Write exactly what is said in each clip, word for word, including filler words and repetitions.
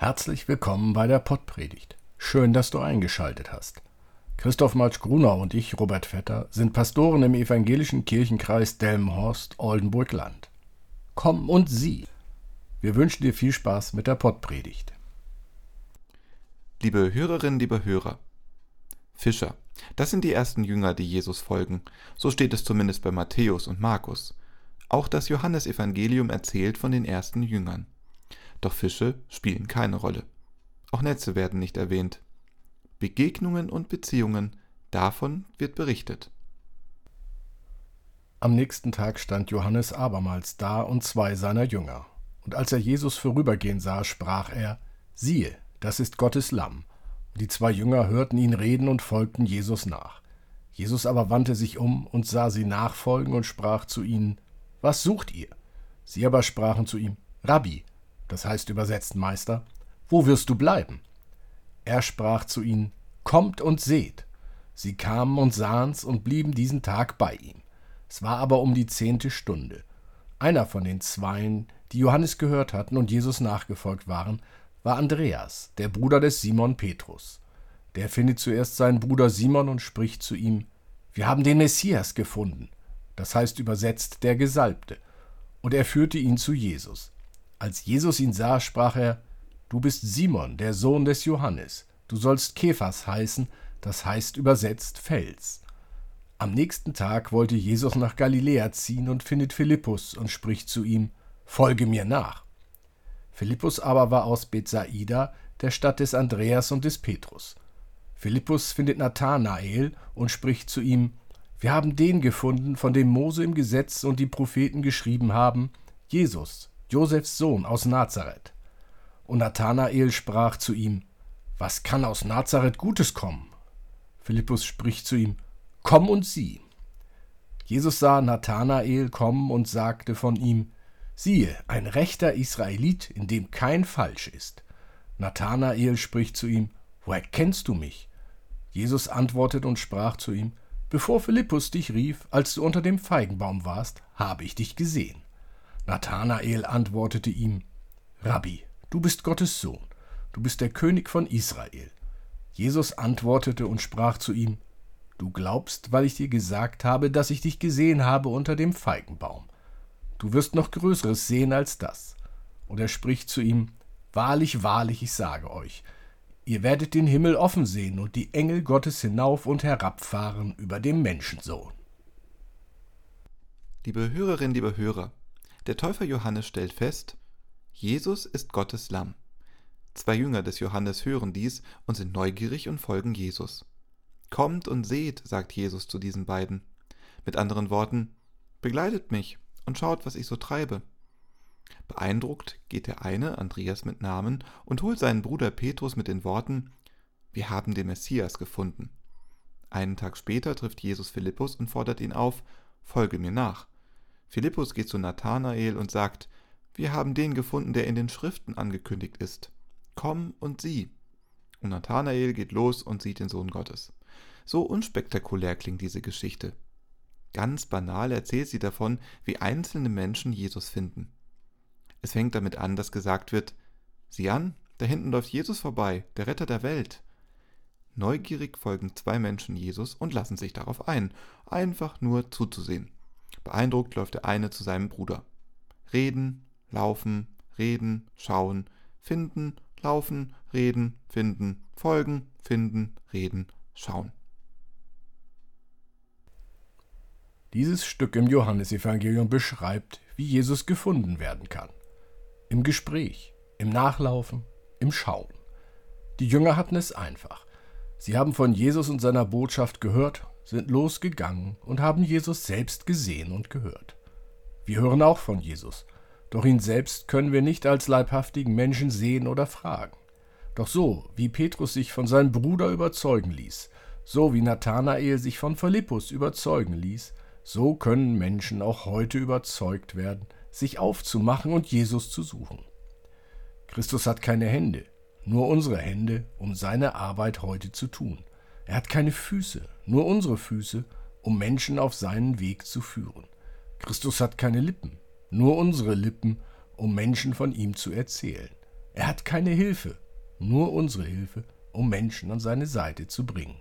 Herzlich willkommen bei der Pottpredigt. Schön, dass du eingeschaltet hast. Christoph Matsch-Grunau und ich, Robert Vetter, sind Pastoren im evangelischen Kirchenkreis Delmenhorst-Oldenburg-Land. Komm und sieh! Wir wünschen dir viel Spaß mit der Pottpredigt. Liebe Hörerinnen, liebe Hörer, Fischer, das sind die ersten Jünger, die Jesus folgen. So steht es zumindest bei Matthäus und Markus. Auch das Johannesevangelium erzählt von den ersten Jüngern. Doch Fische spielen keine Rolle. Auch Netze werden nicht erwähnt. Begegnungen und Beziehungen, davon wird berichtet. Am nächsten Tag stand Johannes abermals da und zwei seiner Jünger. Und als er Jesus vorübergehen sah, sprach er: Siehe, das ist Gottes Lamm. Und die zwei Jünger hörten ihn reden und folgten Jesus nach. Jesus aber wandte sich um und sah sie nachfolgen und sprach zu ihnen: Was sucht ihr? Sie aber sprachen zu ihm: Rabbi, das heißt übersetzt Meister, wo wirst du bleiben? Er sprach zu ihnen: Kommt und seht. Sie kamen und sahen's und blieben diesen Tag bei ihm. Es war aber um die zehnte Stunde. Einer von den Zweien, die Johannes gehört hatten und Jesus nachgefolgt waren, war Andreas, der Bruder des Simon Petrus. Der findet zuerst seinen Bruder Simon und spricht zu ihm: Wir haben den Messias gefunden, das heißt übersetzt der Gesalbte. Und er führte ihn zu Jesus. Als Jesus ihn sah, sprach er: Du bist Simon, der Sohn des Johannes. Du sollst Kephas heißen, das heißt übersetzt Fels. Am nächsten Tag wollte Jesus nach Galiläa ziehen und findet Philippus und spricht zu ihm: Folge mir nach. Philippus aber war aus Bethsaida, der Stadt des Andreas und des Petrus. Philippus findet Nathanael und spricht zu ihm: Wir haben den gefunden, von dem Mose im Gesetz und die Propheten geschrieben haben, Jesus, Josefs Sohn aus Nazareth. Und Nathanael sprach zu ihm: Was kann aus Nazareth Gutes kommen? Philippus spricht zu ihm: Komm und sieh. Jesus sah Nathanael kommen und sagte von ihm: Siehe, ein rechter Israelit, in dem kein Falsch ist. Nathanael spricht zu ihm: Woher kennst du mich? Jesus antwortet und sprach zu ihm: Bevor Philippus dich rief, als du unter dem Feigenbaum warst, habe ich dich gesehen. Nathanael antwortete ihm: Rabbi, du bist Gottes Sohn, du bist der König von Israel. Jesus antwortete und sprach zu ihm: Du glaubst, weil ich dir gesagt habe, dass ich dich gesehen habe unter dem Feigenbaum. Du wirst noch Größeres sehen als das. Und er spricht zu ihm: Wahrlich, wahrlich, ich sage euch, ihr werdet den Himmel offen sehen und die Engel Gottes hinauf und herabfahren über dem Menschensohn. Liebe Hörerinnen, liebe Hörer, der Täufer Johannes stellt fest: Jesus ist Gottes Lamm. Zwei Jünger des Johannes hören dies und sind neugierig und folgen Jesus. Kommt und seht, sagt Jesus zu diesen beiden. Mit anderen Worten: Begleitet mich und schaut, was ich so treibe. Beeindruckt geht der eine, Andreas mit Namen, und holt seinen Bruder Petrus mit den Worten: Wir haben den Messias gefunden. Einen Tag später trifft Jesus Philippus und fordert ihn auf: Folge mir nach. Philippus geht zu Nathanael und sagt: Wir haben den gefunden, der in den Schriften angekündigt ist. Komm und sieh. Und Nathanael geht los und sieht den Sohn Gottes. So unspektakulär klingt diese Geschichte. Ganz banal erzählt sie davon, wie einzelne Menschen Jesus finden. Es fängt damit an, dass gesagt wird: Sieh an, da hinten läuft Jesus vorbei, der Retter der Welt. Neugierig folgen zwei Menschen Jesus und lassen sich darauf ein, einfach nur zuzusehen. Beeindruckt läuft der eine zu seinem Bruder. Reden, laufen, reden, schauen, finden, laufen, reden, finden, folgen, finden, reden, schauen. Dieses Stück im Johannesevangelium beschreibt, wie Jesus gefunden werden kann. Im Gespräch, im Nachlaufen, im Schauen. Die Jünger hatten es einfach. Sie haben von Jesus und seiner Botschaft gehört, sind losgegangen und haben Jesus selbst gesehen und gehört. Wir hören auch von Jesus, doch ihn selbst können wir nicht als leibhaftigen Menschen sehen oder fragen. Doch so, wie Petrus sich von seinem Bruder überzeugen ließ, so wie Nathanael sich von Philippus überzeugen ließ, so können Menschen auch heute überzeugt werden, sich aufzumachen und Jesus zu suchen. Christus hat keine Hände, nur unsere Hände, um seine Arbeit heute zu tun. Er hat keine Füße, nur unsere Füße, um Menschen auf seinen Weg zu führen. Christus hat keine Lippen, nur unsere Lippen, um Menschen von ihm zu erzählen. Er hat keine Hilfe, nur unsere Hilfe, um Menschen an seine Seite zu bringen.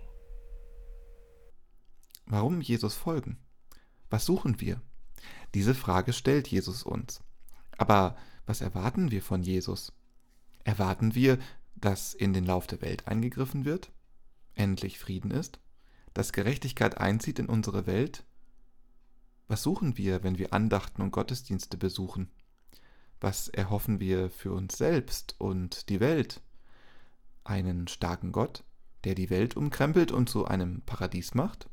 Warum Jesus folgen? Was suchen wir? Diese Frage stellt Jesus uns. Aber was erwarten wir von Jesus? Erwarten wir, dass in den Lauf der Welt eingegriffen wird? Endlich Frieden ist? Dass Gerechtigkeit einzieht in unsere Welt? Was suchen wir, wenn wir Andachten und Gottesdienste besuchen? Was erhoffen wir für uns selbst und die Welt? Einen starken Gott, der die Welt umkrempelt und zu einem Paradies macht?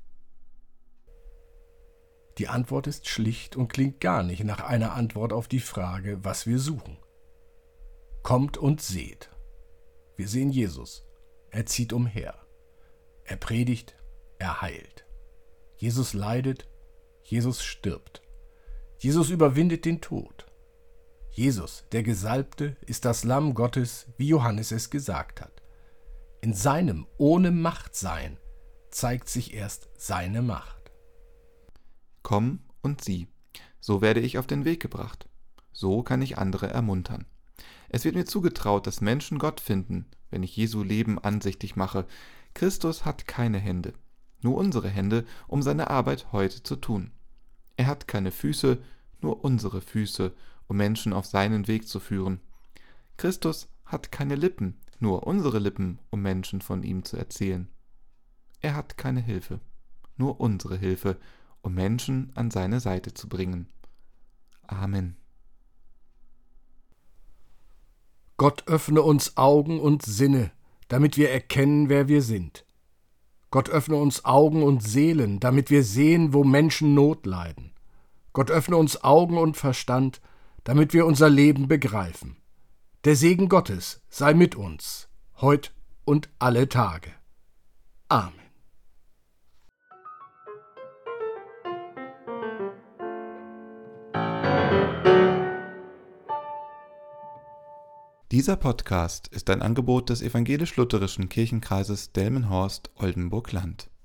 Die Antwort ist schlicht und klingt gar nicht nach einer Antwort auf die Frage, was wir suchen. Kommt und seht. Wir sehen Jesus. Er zieht umher. Er predigt, er heilt. Jesus leidet, Jesus stirbt. Jesus überwindet den Tod. Jesus, der Gesalbte, ist das Lamm Gottes, wie Johannes es gesagt hat. In seinem ohne Macht sein zeigt sich erst seine Macht. Komm und sieh, so werde ich auf den Weg gebracht. So kann ich andere ermuntern. Es wird mir zugetraut, dass Menschen Gott finden, wenn ich Jesu Leben ansichtig mache. Christus hat keine Hände, nur unsere Hände, um seine Arbeit heute zu tun. Er hat keine Füße, nur unsere Füße, um Menschen auf seinen Weg zu führen. Christus hat keine Lippen, nur unsere Lippen, um Menschen von ihm zu erzählen. Er hat keine Hilfe, nur unsere Hilfe, um Menschen an seine Seite zu bringen. Amen. Gott öffne uns Augen und Sinne, damit wir erkennen, wer wir sind. Gott öffne uns Augen und Seelen, damit wir sehen, wo Menschen Not leiden. Gott öffne uns Augen und Verstand, damit wir unser Leben begreifen. Der Segen Gottes sei mit uns, heut und alle Tage. Amen. Dieser Podcast ist ein Angebot des evangelisch-lutherischen Kirchenkreises Delmenhorst-Oldenburg-Land.